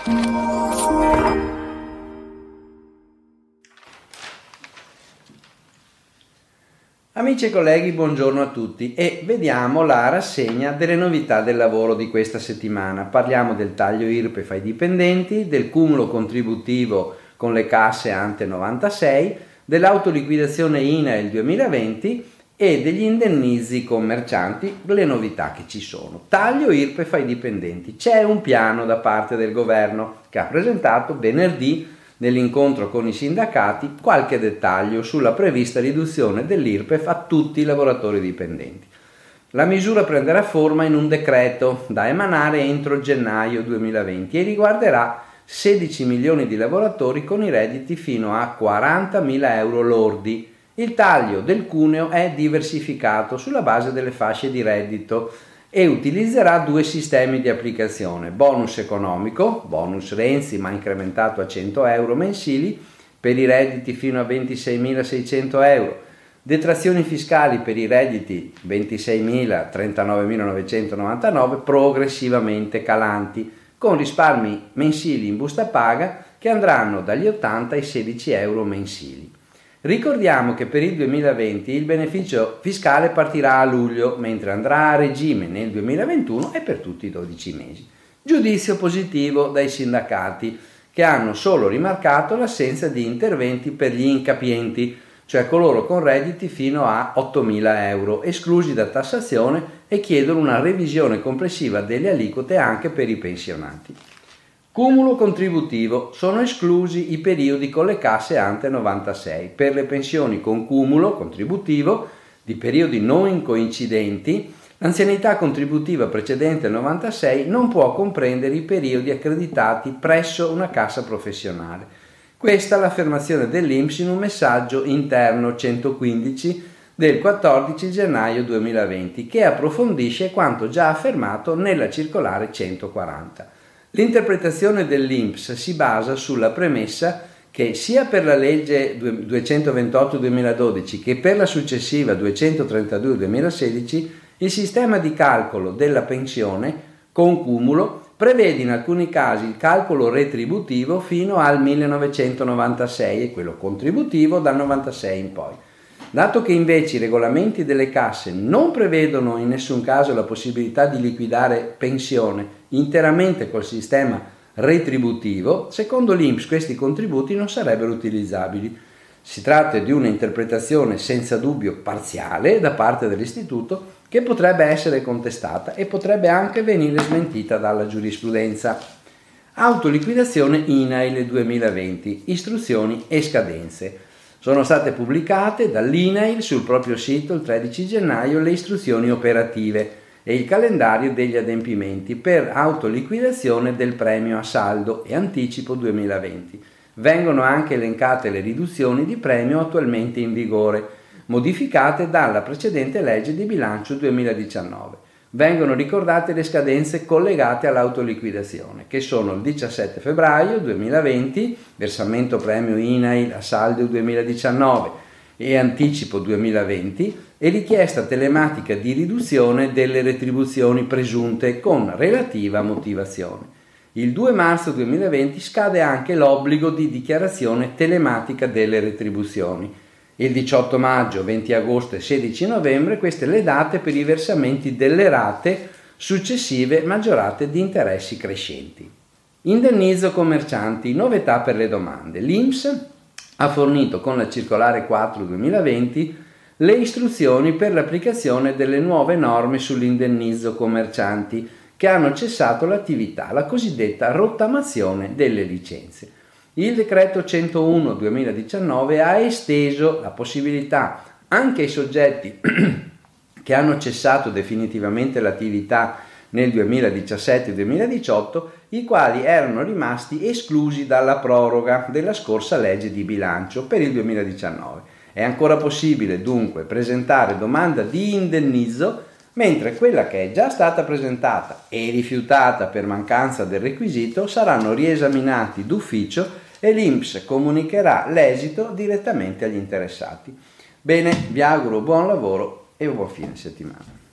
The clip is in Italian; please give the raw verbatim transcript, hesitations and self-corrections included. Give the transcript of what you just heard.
Amici e colleghi, buongiorno a tutti e vediamo la rassegna delle novità del lavoro di questa settimana. Parliamo del taglio I R P E F ai dipendenti, del cumulo contributivo con le casse ante novantasei, dell'autoliquidazione I N A I L duemilaventi e degli indennizi commercianti, le novità che ci sono. Taglio I R P E F ai dipendenti. C'è un piano da parte del governo che ha presentato venerdì nell'incontro con i sindacati qualche dettaglio sulla prevista riduzione dell'I R P E F a tutti i lavoratori dipendenti. La misura prenderà forma in un decreto da emanare entro gennaio duemilaventi e riguarderà sedici milioni di lavoratori con i redditi fino a quarantamila euro lordi. Il taglio del cuneo è diversificato sulla base delle fasce di reddito e utilizzerà due sistemi di applicazione: bonus economico, bonus Renzi ma incrementato a cento euro mensili per i redditi fino a ventiseimilaseicento euro, detrazioni fiscali per i redditi ventiseimila trentanovemilanovecentonovantanove progressivamente calanti, con risparmi mensili in busta paga che andranno dagli ottanta ai sedici euro mensili. Ricordiamo che per il duemilaventi il beneficio fiscale partirà a luglio, mentre andrà a regime nel duemilaventuno e per tutti i dodici mesi. Giudizio positivo dai sindacati, che hanno solo rimarcato l'assenza di interventi per gli incapienti, cioè coloro con redditi fino a ottomila euro, esclusi da tassazione, e chiedono una revisione complessiva delle aliquote anche per i pensionati. Cumulo contributivo. Sono esclusi i periodi con le casse ante novantasei. Per le pensioni con cumulo contributivo di periodi non coincidenti, l'anzianità contributiva precedente al novantasei non può comprendere i periodi accreditati presso una cassa professionale. Questa è l'affermazione dell'I N P S in un messaggio interno centoquindici del quattordici gennaio duemilaventi, che approfondisce quanto già affermato nella circolare centoquaranta. L'interpretazione dell'I N P S si basa sulla premessa che sia per la legge duecentoventotto duemiladodici che per la successiva duecentotrentadue duemilasedici il sistema di calcolo della pensione con cumulo prevede in alcuni casi il calcolo retributivo fino al millenovecentonovantasei e quello contributivo dal novantasei in poi. Dato che invece i regolamenti delle casse non prevedono in nessun caso la possibilità di liquidare pensione interamente col sistema retributivo, secondo l'I N P S questi contributi non sarebbero utilizzabili. Si tratta di una interpretazione senza dubbio parziale da parte dell'istituto che potrebbe essere contestata e potrebbe anche venire smentita dalla giurisprudenza. Autoliquidazione I N A I L duemilaventi, istruzioni e scadenze. Sono state pubblicate dall'I N A I L sul proprio sito il tredici gennaio le istruzioni operative e il calendario degli adempimenti per autoliquidazione del premio a saldo e anticipo duemilaventi. Vengono anche elencate le riduzioni di premio attualmente in vigore, modificate dalla precedente legge di bilancio duemiladiciannove. Vengono ricordate le scadenze collegate all'autoliquidazione, che sono il diciassette febbraio duemilaventi, versamento premio I N A I L a saldo duemiladiciannove e anticipo duemilaventi, e richiesta telematica di riduzione delle retribuzioni presunte con relativa motivazione. Il due marzo duemilaventi scade anche l'obbligo di dichiarazione telematica delle retribuzioni. Il diciotto maggio, venti agosto e sedici novembre, queste le date per i versamenti delle rate successive maggiorate di interessi crescenti. Indennizzo commercianti, novità per le domande. L'I N P S ha fornito con la circolare quattro duemilaventi le istruzioni per l'applicazione delle nuove norme sull'indennizzo commercianti che hanno cessato l'attività, la cosiddetta rottamazione delle licenze. Il decreto centouno duemiladiciannove ha esteso la possibilità anche ai soggetti che hanno cessato definitivamente l'attività nel duemiladiciassette duemiladiciotto, i quali erano rimasti esclusi dalla proroga della scorsa legge di bilancio per il duemiladiciannove. È ancora possibile dunque presentare domanda di indennizzo, mentre quella che è già stata presentata e rifiutata per mancanza del requisito saranno riesaminati d'ufficio e l'I N P S comunicherà l'esito direttamente agli interessati. Bene, vi auguro buon lavoro e buon fine settimana.